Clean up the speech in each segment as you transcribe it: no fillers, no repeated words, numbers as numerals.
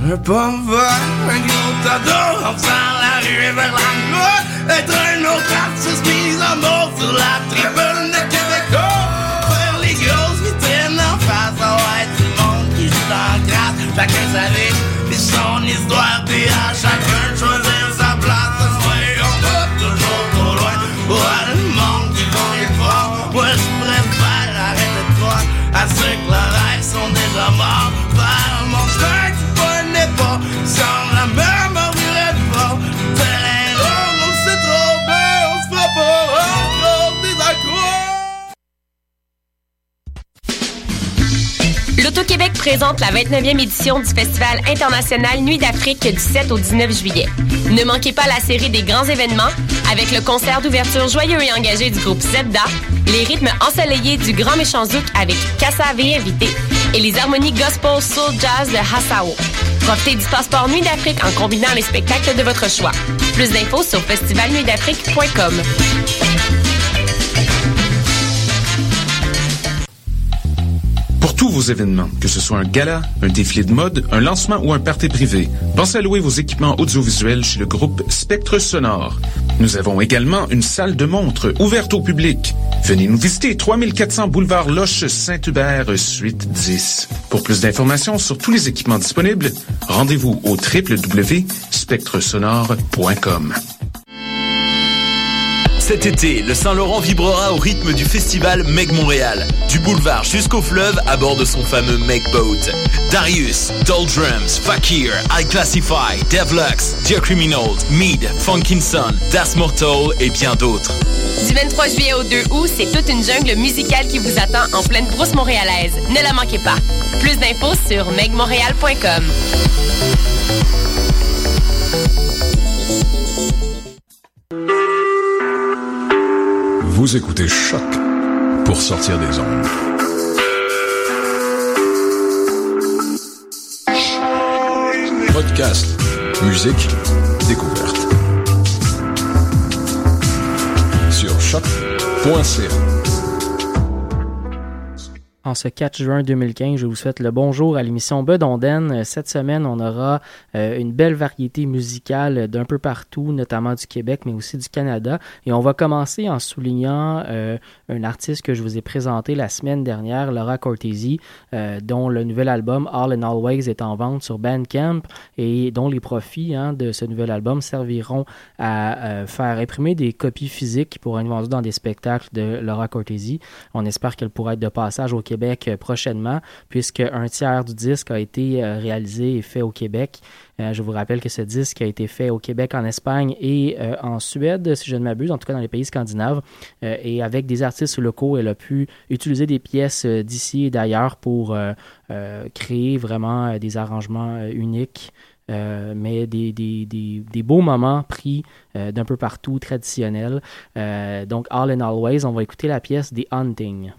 veux pas me voir un gros tadeau en faisant la rue vers la gloire. Être un autre artiste mis en mort sur la tribune de Québec. Faire les grosses vitrines en face. Oh ouais, tout le monde qui joue dans la grâce. Chacun sa vie, puis son histoire. Puis à chacun de choisir sa place. Ouais, on va toujours trop loin. Ouais, le monde qui vont y croire. Moi je préfère arrêter de croire à ceux que leurs rêves sont déjà morts. Faire mon chemin que tu connais pas. Sans la même revirait pas. Terrain rond, on sait trop bien. On se fera pas encore des accrocs. L'Auto-Québec présente la 29e édition du Festival international Nuit d'Afrique du 7 au 19 juillet. Ne manquez pas la série des grands événements avec le concert d'ouverture joyeux et engagé du groupe Zebda, les rythmes ensoleillés du Grand Méchant Zouk avec Kassav et invité et les harmonies gospel soul jazz de Hassao. Profitez du passeport Nuit d'Afrique en combinant les spectacles de votre choix. Plus d'infos sur festivalnuitdafrique.com. Pour tous vos événements, que ce soit un gala, un défilé de mode, un lancement ou un party privé, pensez à louer vos équipements audiovisuels chez le groupe Spectre Sonore. Nous avons également une salle de montre ouverte au public. Venez nous visiter, 3400 boulevard Loche Saint-Hubert, suite 10. Pour plus d'informations sur tous les équipements disponibles, rendez-vous au www.spectresonore.com. Cet été, le Saint-Laurent vibrera au rythme du festival Meg Montréal. Du boulevard jusqu'au fleuve à bord de son fameux Meg Boat. Darius, Doldrums, Fakir, I Classify, Devlux, Dear Criminals, Mead, Funkinson, Das Mortal et bien d'autres. Du 23 juillet au 2 août, c'est toute une jungle musicale qui vous attend en pleine brousse montréalaise. Ne la manquez pas. Plus d'infos sur megmontréal.com. Vous écoutez Choc pour sortir des ondes. Podcast, musique, découverte. Sur choc.ca. En ce 4 juin 2015, je vous souhaite le bonjour à l'émission Bedonden. Cette semaine, on aura une belle variété musicale d'un peu partout, notamment du Québec, mais aussi du Canada. Et on va commencer en soulignant un artiste que je vous ai présenté la semaine dernière, Laura Cortese, dont le nouvel album All and Always est en vente sur Bandcamp et dont les profits de ce nouvel album serviront à faire imprimer des copies physiques qui pourront être vendues dans des spectacles de Laura Cortese. On espère qu'elle pourra être de passage au Québec prochainement, puisque un tiers du disque a été réalisé et fait au Québec. Je vous rappelle que ce disque a été fait au Québec, en Espagne et en Suède, si je ne m'abuse, en tout cas dans les pays scandinaves. Et avec des artistes locaux, elle a pu utiliser des pièces d'ici et d'ailleurs pour créer vraiment des arrangements uniques. Mais des beaux moments pris d'un peu partout, traditionnels. Donc, All and Always, on va écouter la pièce The Hunting.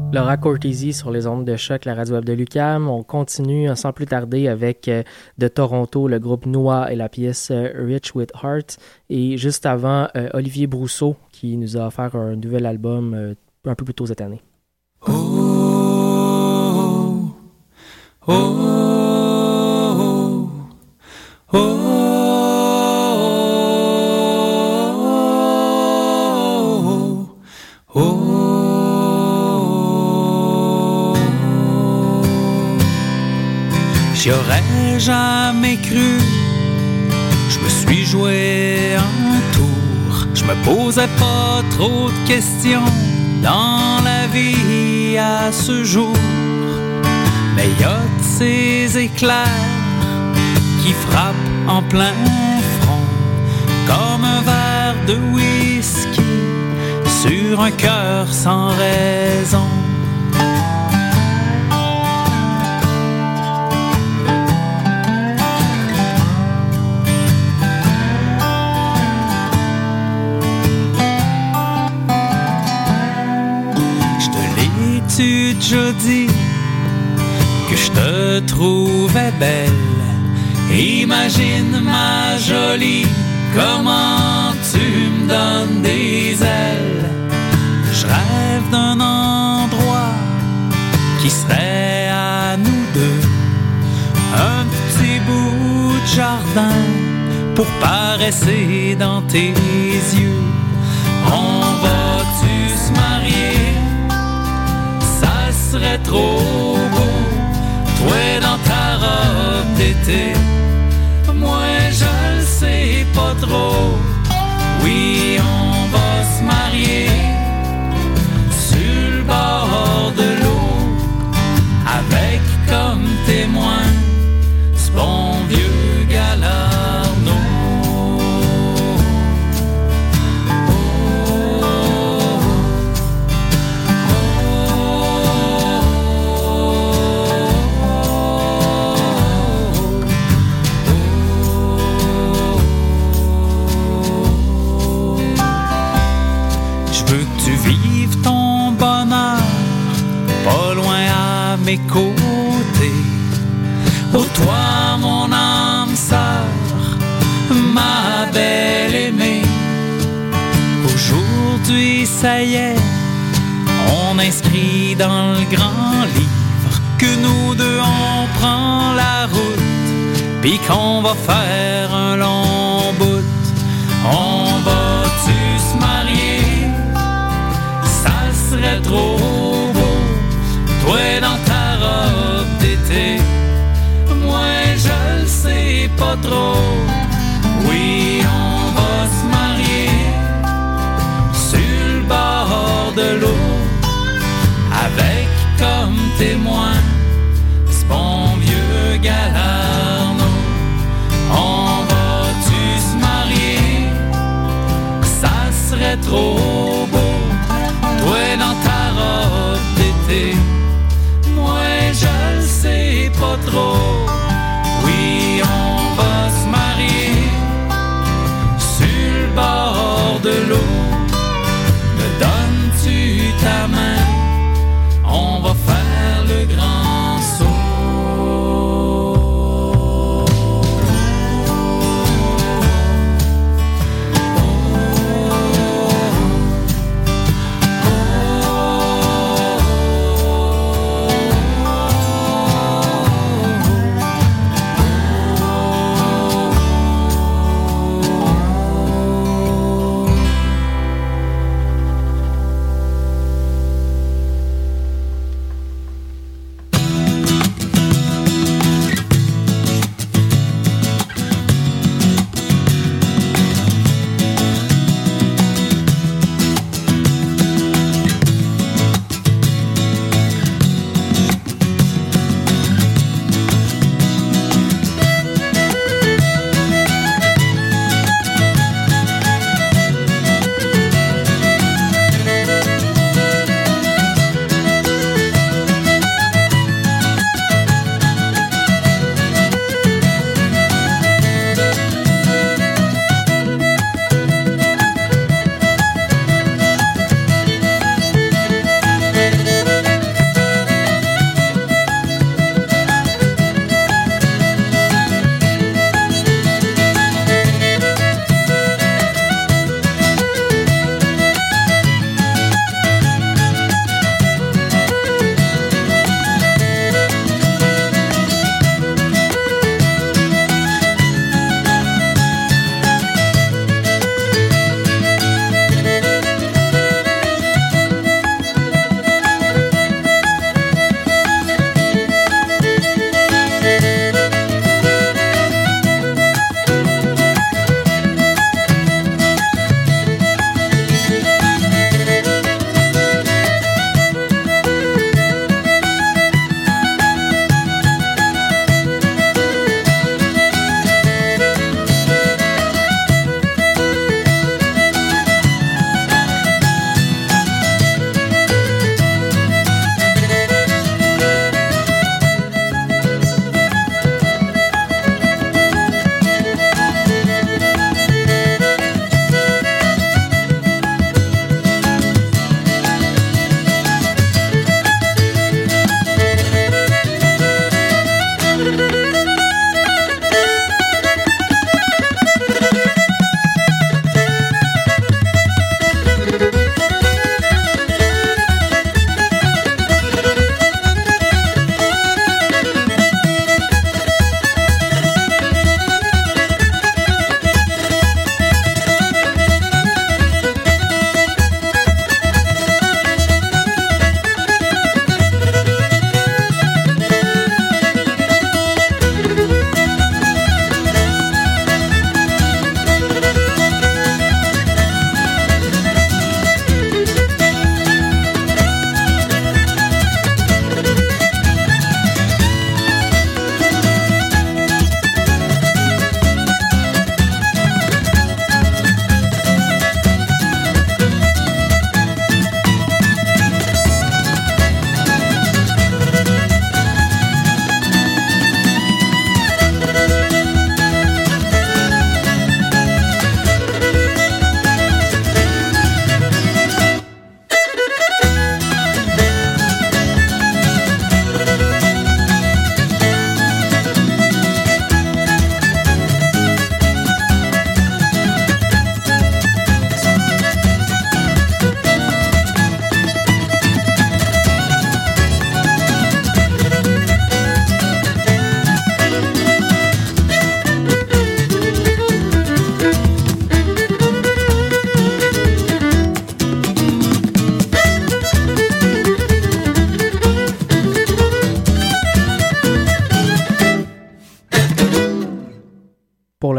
Laura Cortese sur les ondes de choc, la radio web de l'UQAM. On continue sans plus tarder avec de Toronto, le groupe Noah et la pièce Rich with Heart. Et juste avant, Olivier Brousseau qui nous a offert un nouvel album un peu plus tôt cette année. Oh, oh, oh, oh. J'aurais jamais cru, je me suis joué un tour. Je me posais pas trop de questions dans la vie à ce jour. Mais y a de ces éclairs qui frappent en plein front, comme un verre de whisky sur un cœur sans raison. Tu déjà dit que je te trouvais belle. Imagine ma jolie, comment tu me donnes des ailes. Je rêve d'un endroit qui serait à nous deux, un petit bout de jardin pour paresser dans tes yeux. On va-tu se marier? Serait trop beau, toi dans ta robe d'été, moi je le sais pas trop. Oui, on va se marier sur le bord de l'eau, avec comme témoin ce bon vieux Galarno. Mes côtés, oh toi mon âme sœur, ma belle aimée. Aujourd'hui ça y est, on inscrit dans le grand livre que nous deux on prend la route, pis qu'on va faire un long bout. On va-tu se marier? Ça serait trop beau, toi dans ta robe d'été, moi je le sais pas trop. Oui, on va se marier sur le bord de l'eau, avec comme témoin ce bon vieux Galarno. On va-tu se marier? Ça serait trop beau, toi dans ta robe d'été, je le sais pas trop. Oui, on va se marier sur le bord de l'eau. Me donnes-tu ta main? On va faire le grand saut.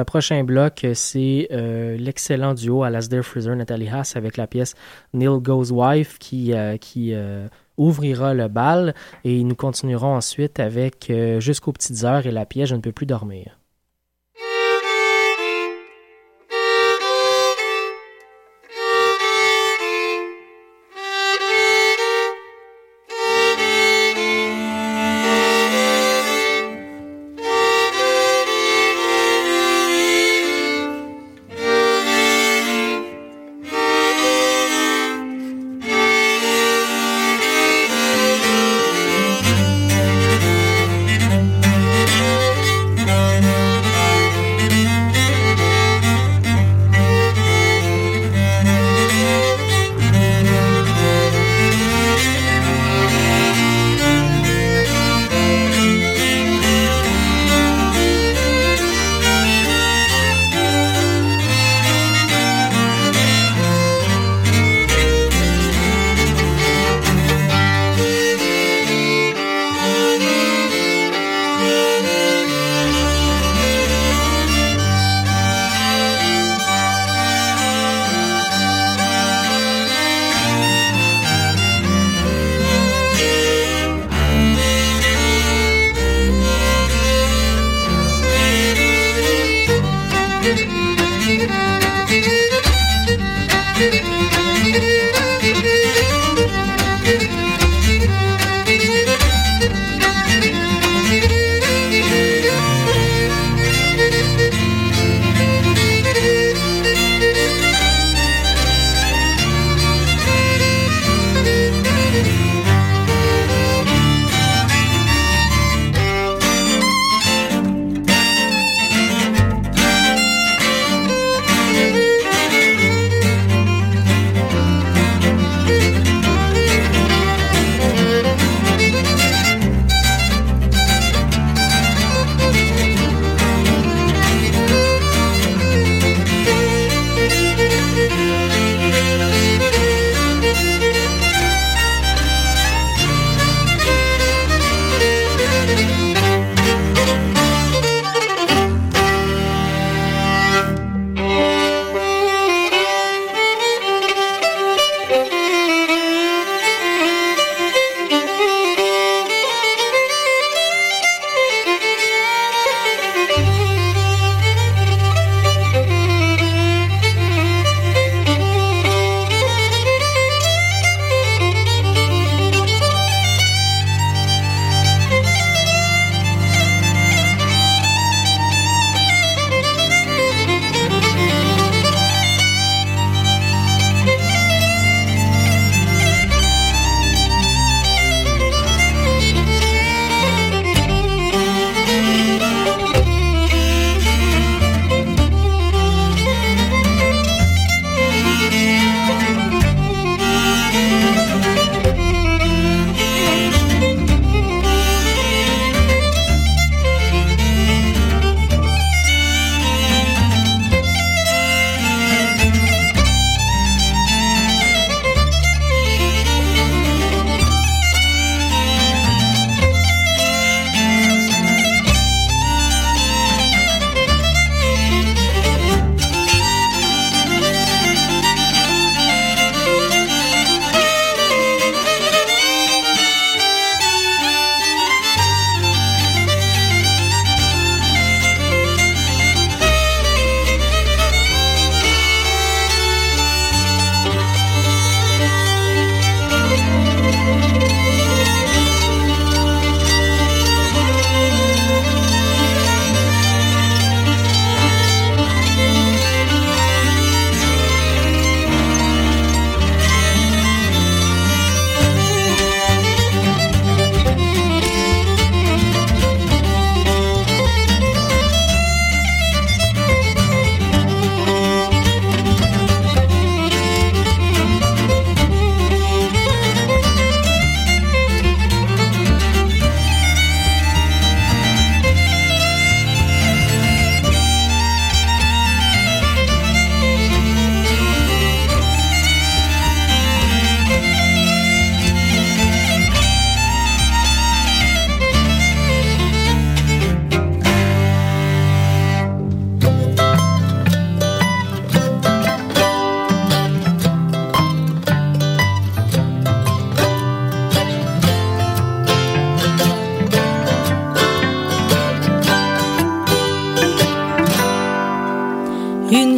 le prochain bloc, c'est l'excellent duo Alasdair Fraser, Natalie Haas avec la pièce Neil Goes Wife qui ouvrira le bal et nous continuerons ensuite avec Jusqu'aux petites heures et la pièce Je ne peux plus dormir.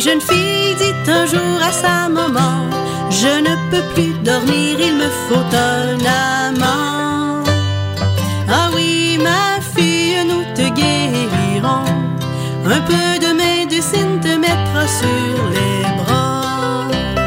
jeune fille dit un jour à sa maman: je ne peux plus dormir, il me faut un amant. Ah oui, ma fille, nous te guérirons. Un peu de médecine te mettra sur les bras.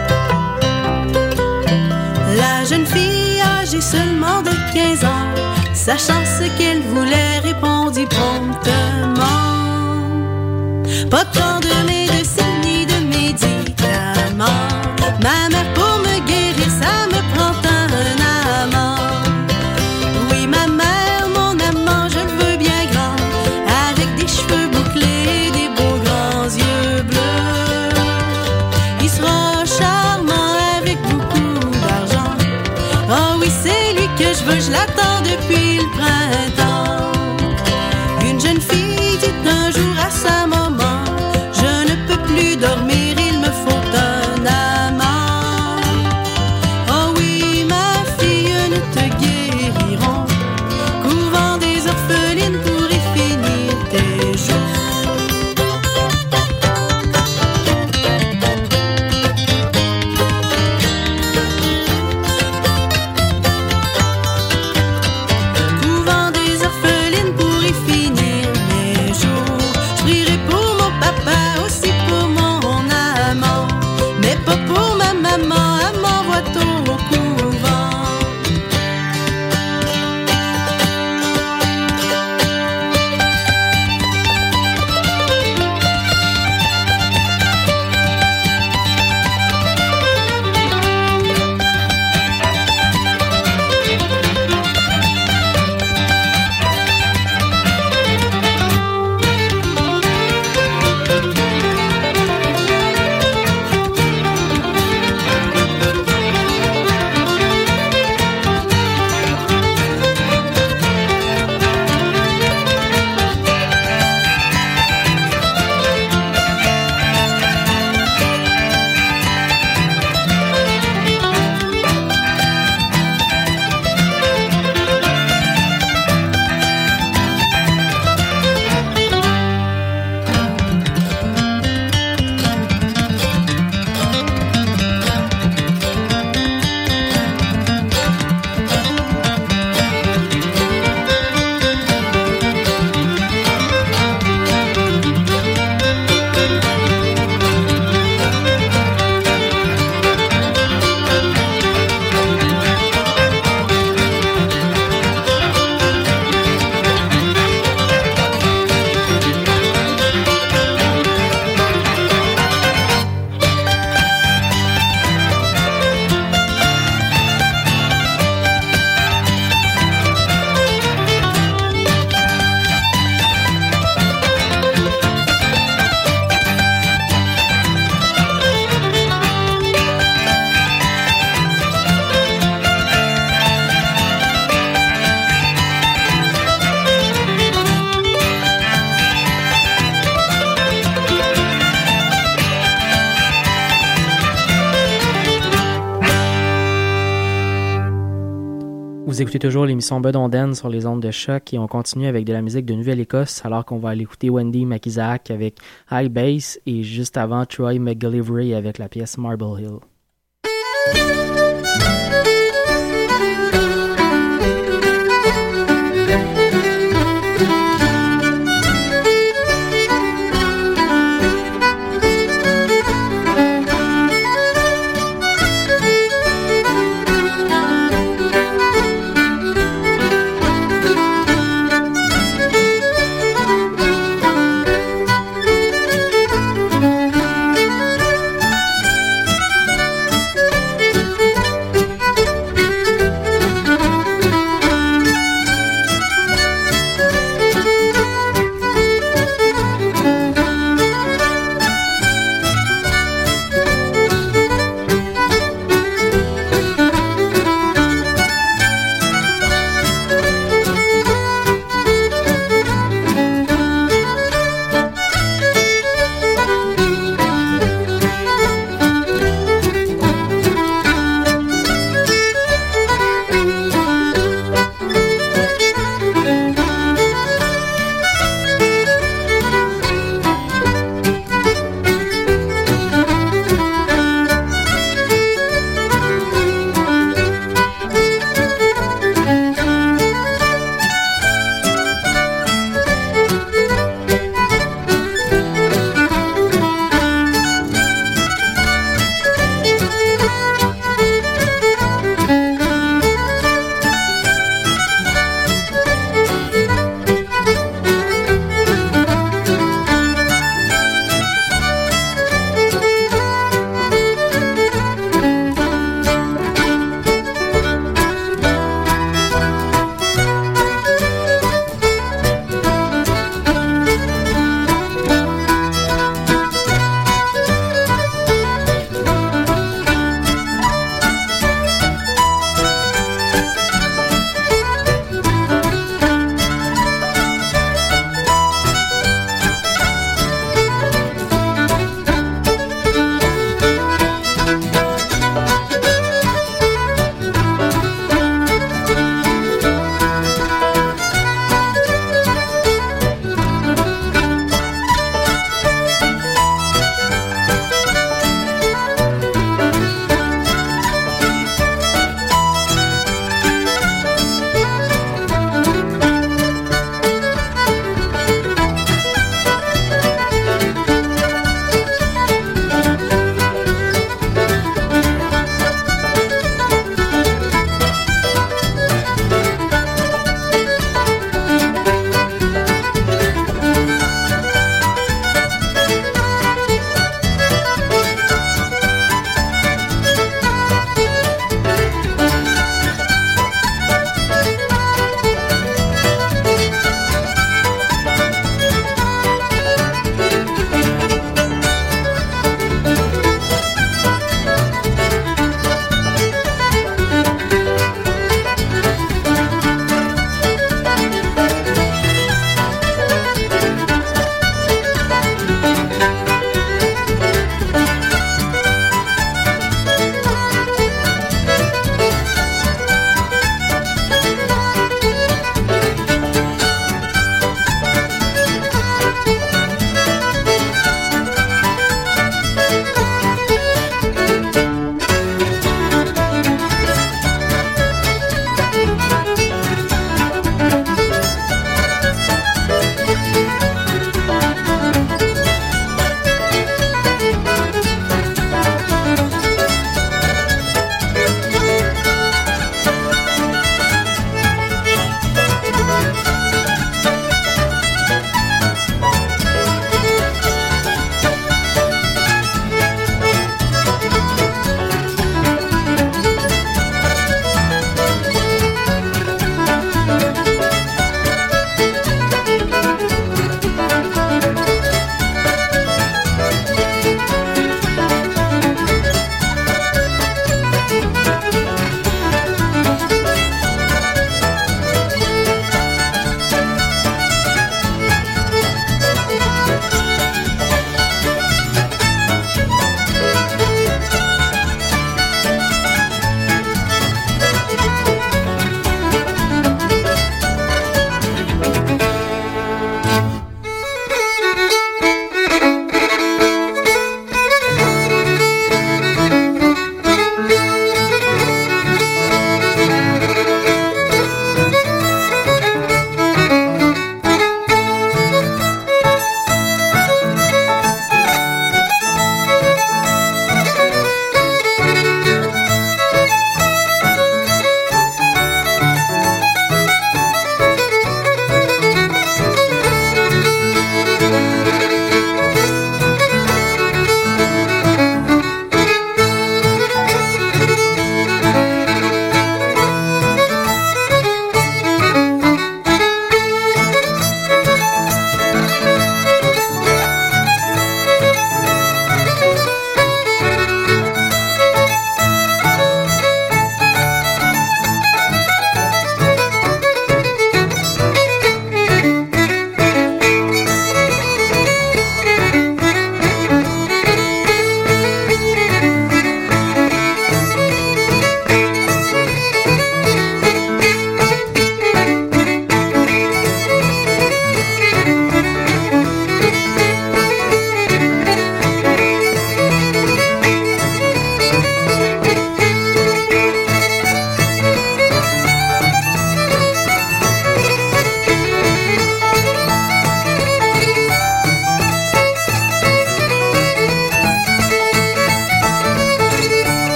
La jeune fille âgée seulement de 15 ans, sachant ce qu'elle voulait, répondit promptement: pas tant de médecine ni de médicaments. Ma mère, pour me guérir, ça me prend un amant. Oui, ma mère, mon amant, je le veux bien grand, avec des cheveux bouclés, des beaux grands yeux bleus. Il sera charmant avec beaucoup d'argent. Oh oui, c'est lui que je veux, je l'attends depuis le printemps. Une jeune fille dit un jour à sa maman: je ne peux plus dormir, il me faut un amant. Oh oui, ma fille, nous te guérirons, couvent des orphelines pour y finir tes jours. Couvent des orphelines pour y finir mes jours. Je prierai pour mon papa, aussi pour mon amant, mais pas pour ma maman, elle m'envoie au couvent. Vous écoutez toujours l'émission Bedonden sur les ondes de choc et on continue avec de la musique de Nouvelle-Écosse alors qu'on va aller écouter Wendy McIsaac avec High Bass et juste avant Troy McGillivray avec la pièce Marble Hill.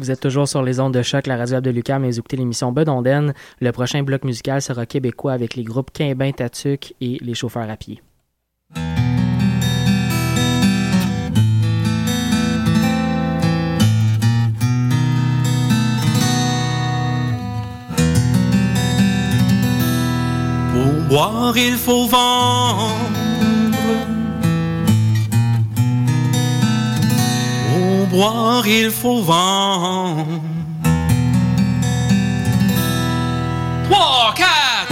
Vous êtes toujours sur les ondes de choc, la radio de Lucas, mais vous écoutez l'émission Bedonden. Le prochain bloc musical sera québécois avec les groupes Quimbin, Tatuc et les Chauffeurs à pied. Pour boire, il faut vendre. Pour boire, il faut vendre. 3, 4.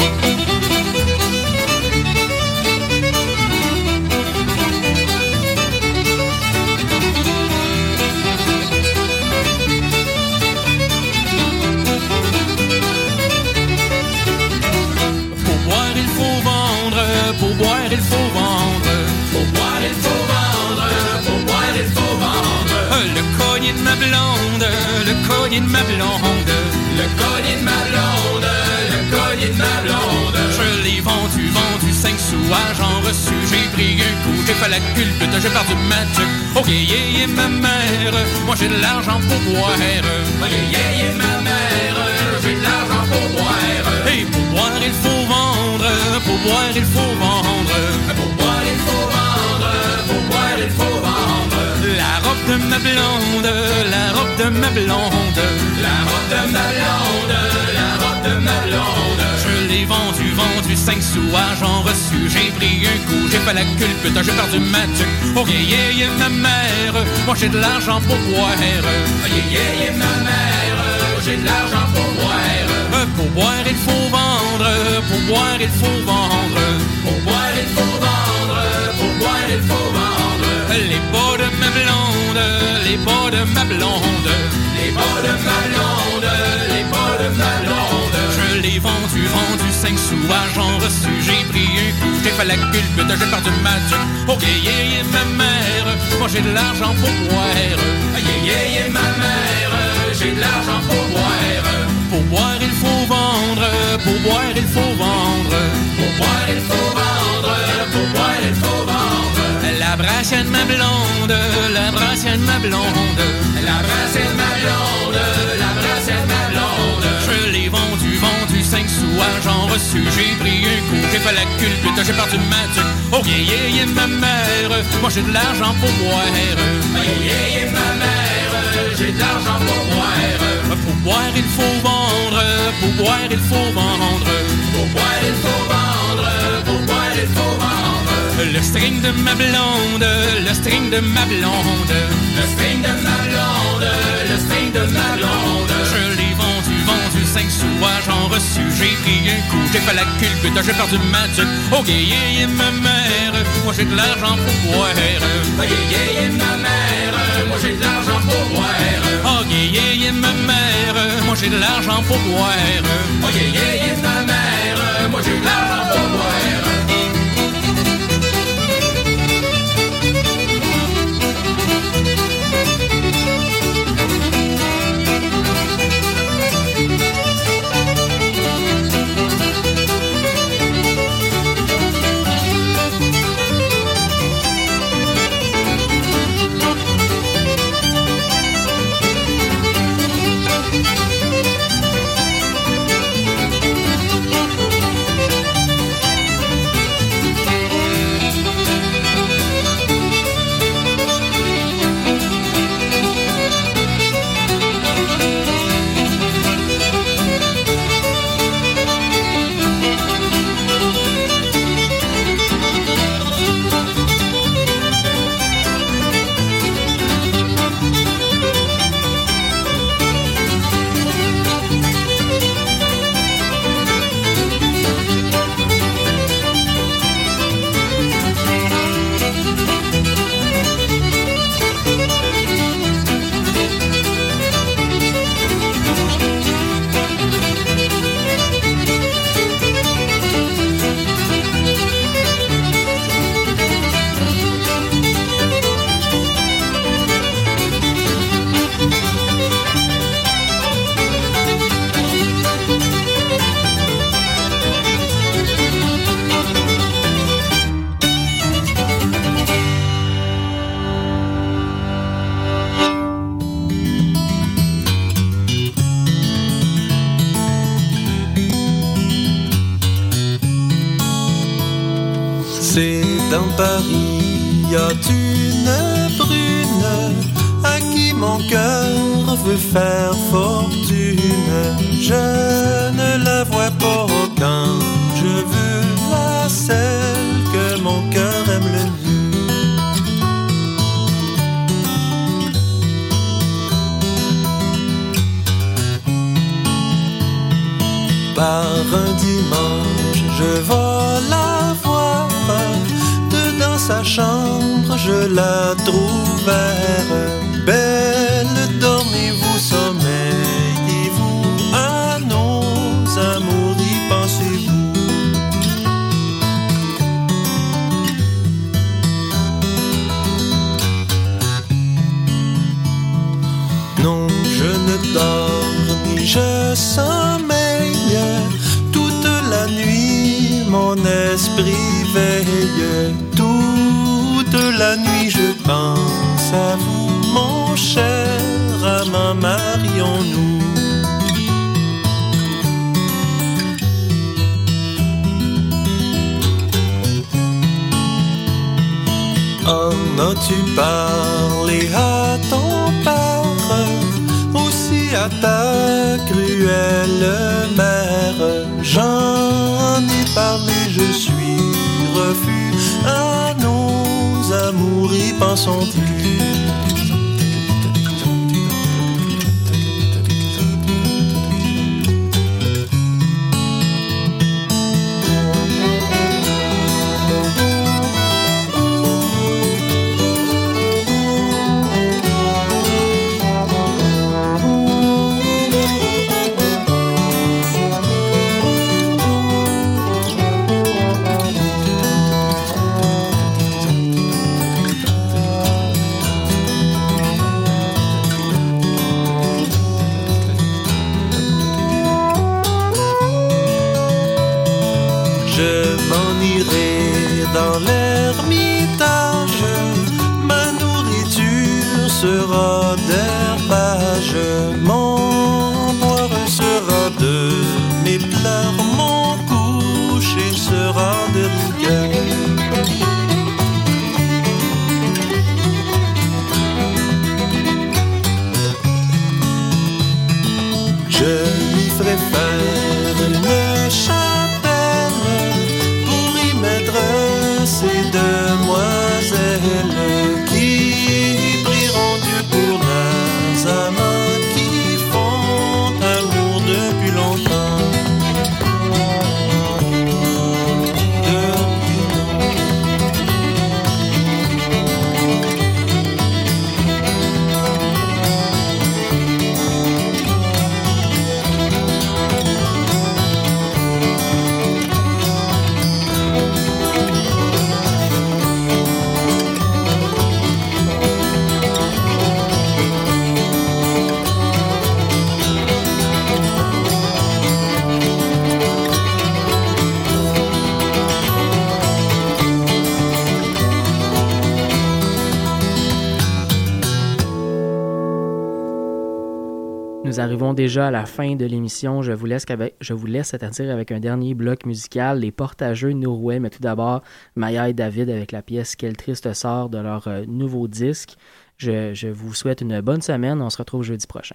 Pour boire, il faut vendre. Pour boire, il faut vendre. Pour boire, il faut vendre. Le collier de ma blonde, le collier de ma blonde, le collier de ma blonde, le collier de ma blonde. Je l'ai vendu 5 sous à j'en reçu. J'ai pris un coup, j'ai fait la culbute, j'ai perdu ma tuque. Ok, yeah, ma mère, moi j'ai de l'argent pour boire. Ok, yeah, ma mère, j'ai de l'argent pour boire. Et pour boire, il faut vendre. Pour boire, il faut vendre. Pour boire, il faut vendre. Pour boire, il faut vendre. La robe de ma blonde, la robe de ma blonde, la robe de ma blonde, la robe de ma blonde. Je l'ai vendu 5 sous à j'en reçu. J'ai pris un coup, j'ai fait la culbute, j'ai perdu ma tuque. Oh yeah, yeah, ma mère, moi j'ai de l'argent pour boire. Oh yeah, yeah, ma mère, j'ai de l'argent pour boire. Pour boire, il faut vendre. Pour boire, il faut vendre. Pour boire, il faut vendre. Pour boire, il faut vendre. Les bas de ma blonde, les bas de ma blonde, les bas de ma blonde, les bas de ma blonde. Je l'ai vendu 5 sous à j'en reçu. J'ai pris un coup, j'ai fait la culbute, j'ai perdu ma tuque. Ok, yeah, yeah, ma mère, moi j'ai de l'argent pour boire. Yeah, yeah, yeah, ma mère, j'ai de l'argent pour boire. Pour boire, il faut vendre. Pour boire, il faut vendre. Pour boire, il faut vendre. Pour boire, il faut vendre. La brassière de ma blonde, la brassière de ma blonde, la brassière de ma blonde, la brassière de ma blonde. Je l'ai vendu 5 sous à j'en reçu. J'ai pris un coup, j'ai fait la culbute, j'ai perdu ma tuque. Oh yeah, yeah, ma mère, moi j'ai de l'argent pour boire. Yeah, yeah, ma mère, j'ai de l'argent pour boire. Pour boire, il faut vendre. Pour boire, il faut vendre. Pour boire, il faut vendre. Pour boire, il faut vendre. Le string de ma blonde, le string de ma blonde, le string de ma blonde, le string de ma blonde. Je l'ai vendu 5 sous à j'en reçu. J'ai pris un coup, j'ai fait la culbute, j'ai perdu ma tuque. Ok, yeah, yeah, ma mère, moi j'ai de l'argent pour boire. Ok, yeah, yeah, ma mère, moi j'ai de l'argent pour boire. Ok, yeah, yeah, ma mère, moi j'ai de l'argent pour boire. Ok, yeah, yeah, ma mère, moi j'ai de l'argent pour boire. C'est dans Paris, y a une brune à qui mon cœur veut faire fortune. Je ne la vois pas quand je veux la celle que mon cœur aime le mieux. Par un dimanche, je vais la voir. Dans sa chambre, je la trouve belle. Dormez-vous, sommeillez-vous, à nos amours, y pensez-vous. Non, je ne dors ni je sommeille. Toute la nuit, mon esprit veille. Toute la nuit je pense à vous, mon cher amant, marions-nous. En as-tu parlé à ton père, aussi à ta cruelle mère? J'en ai parlé, je suis refus à nos amours, y pensons-ils? Dans l'ermitage, ma nourriture sera d'herbage, mon boire sera de mes pleurs, mon coucher sera de rigueur. Je lui ferai faire une chapelle pour y mettre ces demoiselles qui prieront Dieu pour leurs amants qui font amour depuis longtemps. Nous arrivons déjà à la fin de l'émission. Je vous laisse, c'est-à-dire avec un dernier bloc musical, les Portageux Norouais. Mais tout d'abord, Maya et David avec la pièce Quel triste sort de leur nouveau disque. Je vous souhaite une bonne semaine. On se retrouve jeudi prochain.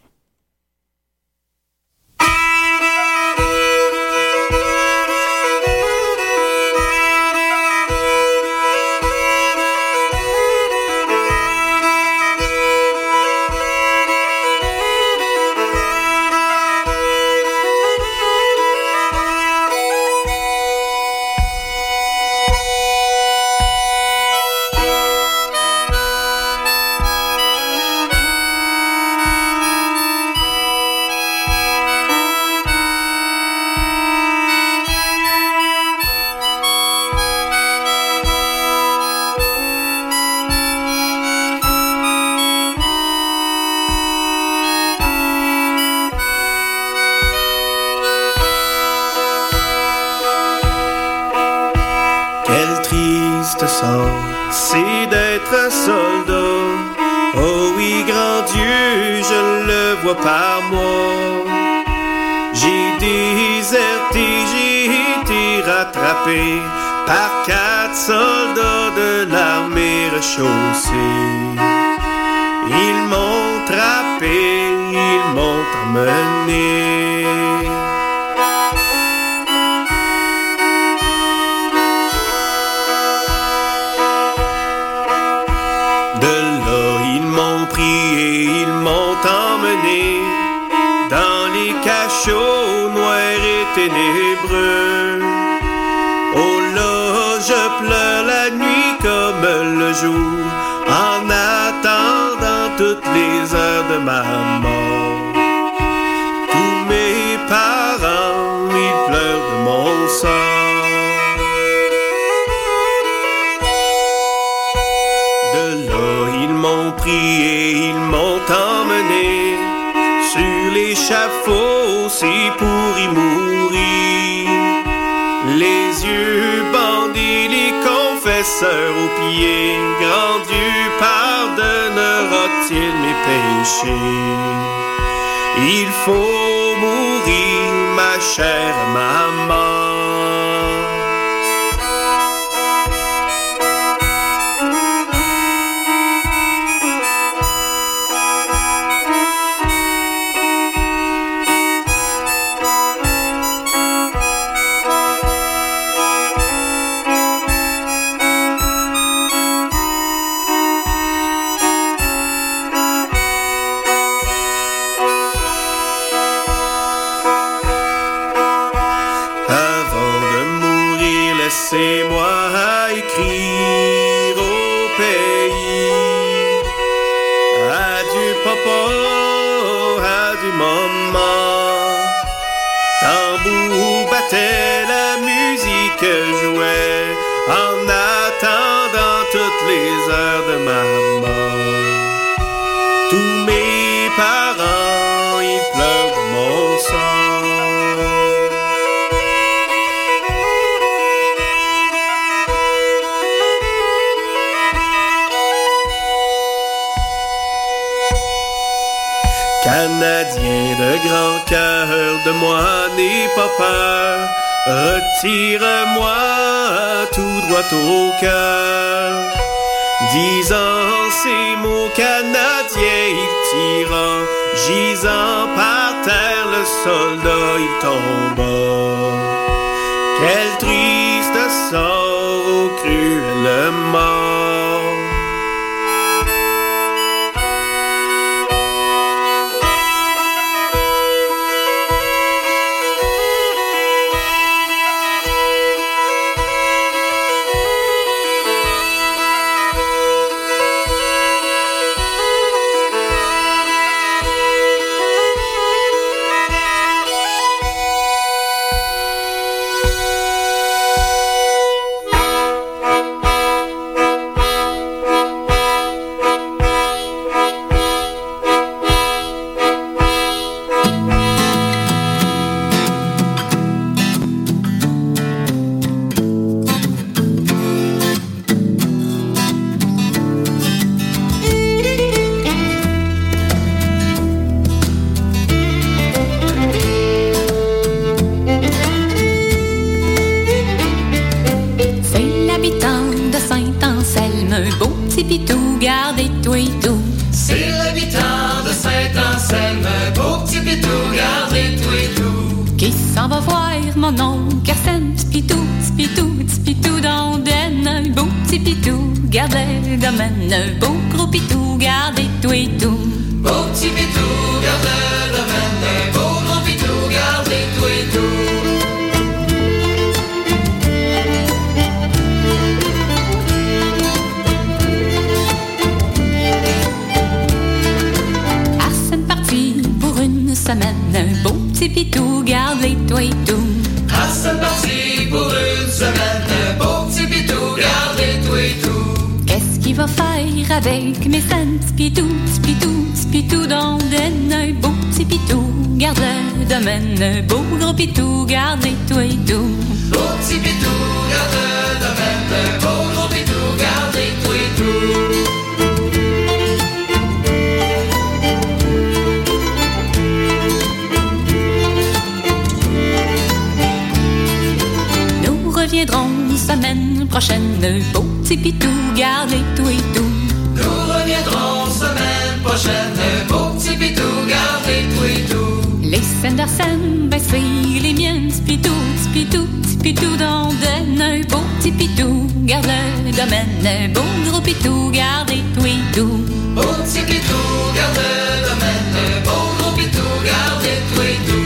C'est d'être soldat. Oh oui, grand Dieu, je le vois par moi. J'ai déserté, j'ai été rattrapé par 4 soldats de l'armée rechaussée. Ils m'ont trappé, ils m'ont emmené. De là, ils m'ont pris et ils m'ont emmené dans les cachots noirs et ténébreux. Oh là, je pleure la nuit comme le jour, en attendant toutes les heures de ma mort. Tous mes parents, ils pleurent de mon sort. De là, ils m'ont pris et ils m'ont emmené sur l'échafaud, c'est pour y mourir. Les yeux bandés, les confesseurs aux pieds, grand Dieu, pardonnera-t-il mes péchés? Il faut mourir, ma chère maman. Laissez-moi écrire au pays. Adieu papa, adieu maman. Tambour battait, la musique jouait, en attendant toutes les heures de ma mort. Tous mes parents, ils pleurent de mon sang. Canadien de grand cœur, de moi n'aie pas peur. Retire-moi tout droit au cœur. Disant ces mots canadiens, il tira, gisant par terre, le soldat il tomba. Quel triste sort au cruel mort. Un beau gros pitou, gardez tout et tout. Beau petit pitou, gardez le domaine. Un beau gros pitou, gardez tout et tout. Arsène parti pour une semaine. Un beau petit pitou, gardez tout et tout. Arsène parti pour une semaine. Un beau petit pitou, gardez tout et tout. Qu'est-ce qu'il va faire avec mes scènes? Spitou, dans un beau petit pitou, garde le domaine. Un beau gros pitou, garde tout et tout. Beau petit pitou, garde le domaine. Un beau gros pitou, garde tout et tout. Nous reviendrons reviendrons semaine prochaine, beau petit pitou, gardez tout et tout. Nous reviendrons semaine prochaine, beau petit pitou, gardez tout et tout. Les scènes d'Arsène, ben c'est les miennes, petit pitou d'Andenne, un beau petit pitou, garde le domaine, beau gros pitou, gardez tout et tout. Beau petit pitou, garde le domaine, beau gros pitou, gardez tout et tout.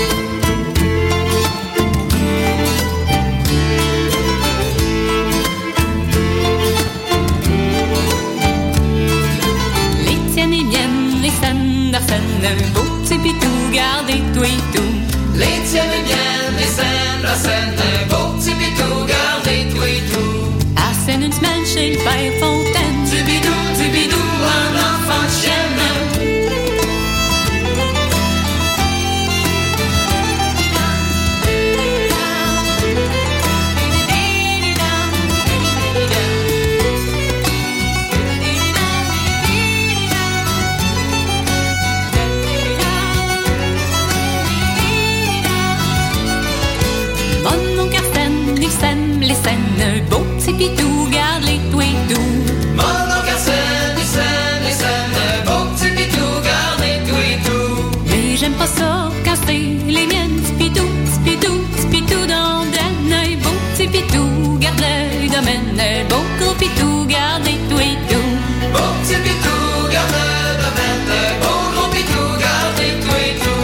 Beau petit pitou, gardez tout et tout. Les tiennes et miennes, les scènes, la scène, beau petit pitou, gardez tout et tout. Arsène une semaine chez le père Fontaine, du bidou, un enfant de chienne. Les scènes, beau petit pitou, garde les tout et tout. Mon oncle Arsène, les scènes, beau petit pitou, garde les tout et tout. Mais j'aime pas ça quand c'est les miennes, petit pitou d'Andenne, beau petit pitou, garde le domaine, beau gros pitou, garde les tout et tout. Beau petit pitou, garde le domaine, beau gros pitou, garde les tout et tout.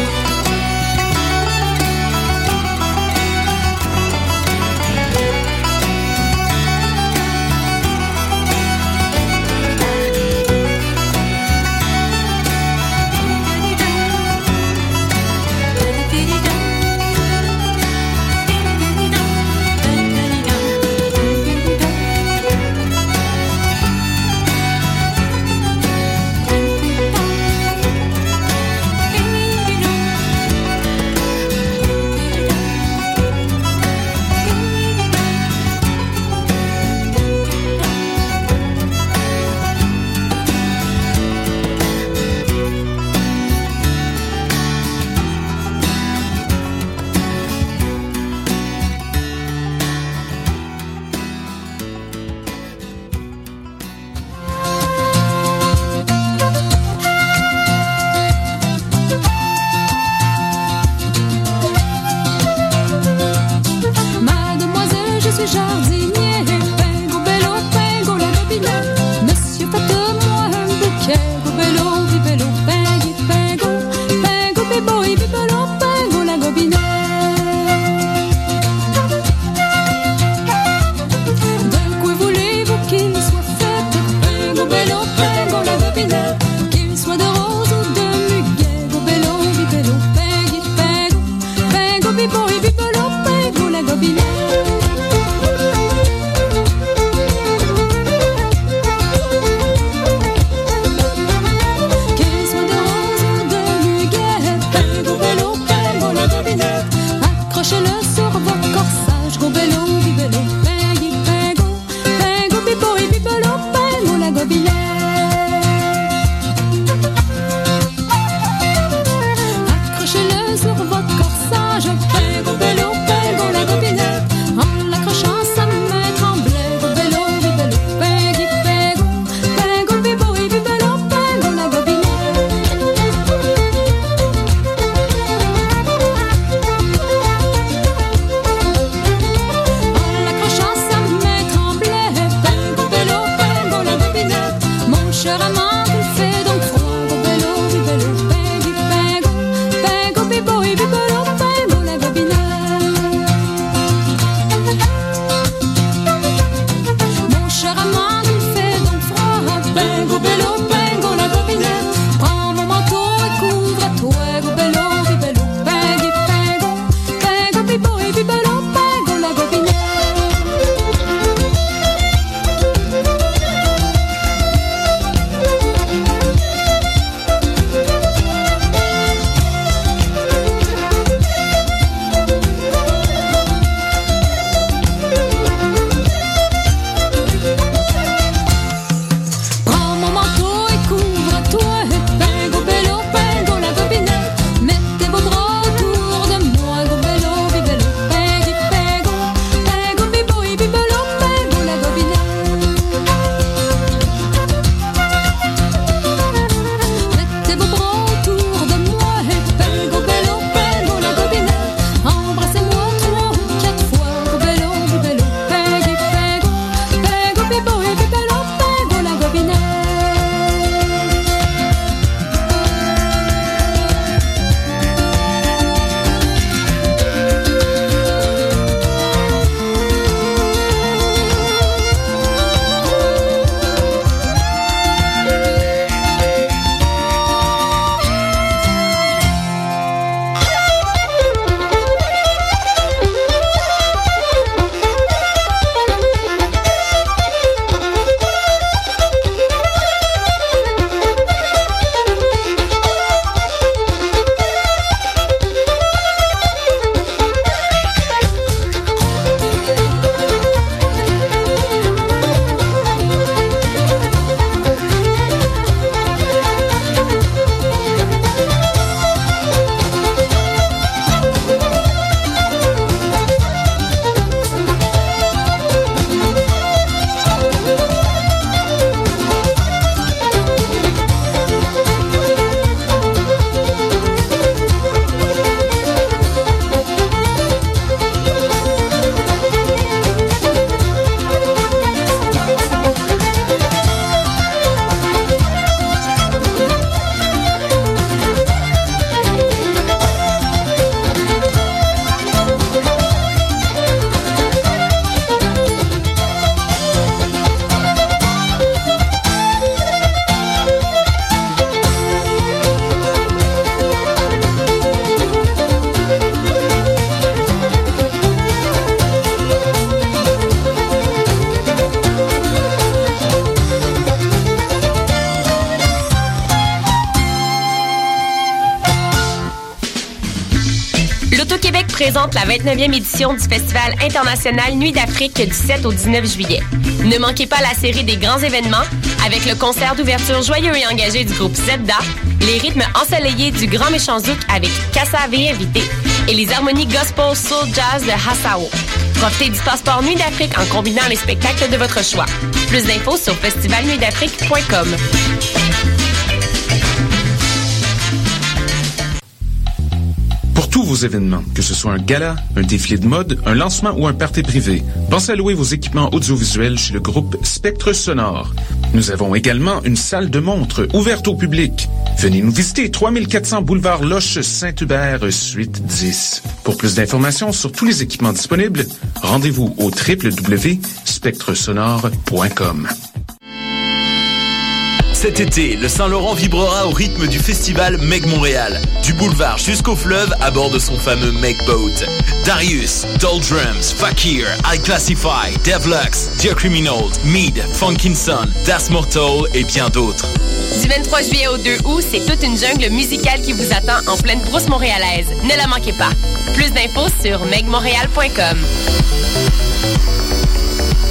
présente la 29e édition du Festival international Nuit d'Afrique du 7 au 19 juillet. Ne manquez pas la série des grands événements avec le concert d'ouverture joyeux et engagé du groupe Zebda, les rythmes ensoleillés du Grand Méchant Zouk avec Kassavé invité et les harmonies gospel soul jazz de Hassao. Profitez du passeport Nuit d'Afrique en combinant les spectacles de votre choix. Plus d'infos sur festivalnuitdafrique.com. Pour tous vos événements, que ce soit un gala, un défilé de mode, un lancement ou un party privé, pensez à louer vos équipements audiovisuels chez le groupe Spectre Sonore. Nous avons également une salle de montre ouverte au public. Venez nous visiter, 3400 boulevard Loche Saint-Hubert, suite 10. Pour plus d'informations sur tous les équipements disponibles, rendez-vous au www.spectresonore.com. Cet été, le Saint-Laurent vibrera au rythme du festival Meg Montréal. Du boulevard jusqu'au fleuve à bord de son fameux Meg Boat. Darius, Doldrums, Fakir, I Classify, Devlux, Dear Criminals, Mead, Funkinson, Das Mortal et bien d'autres. Du 23 juillet au 2 août, c'est toute une jungle musicale qui vous attend en pleine brousse montréalaise. Ne la manquez pas. Plus d'infos sur megmontréal.com.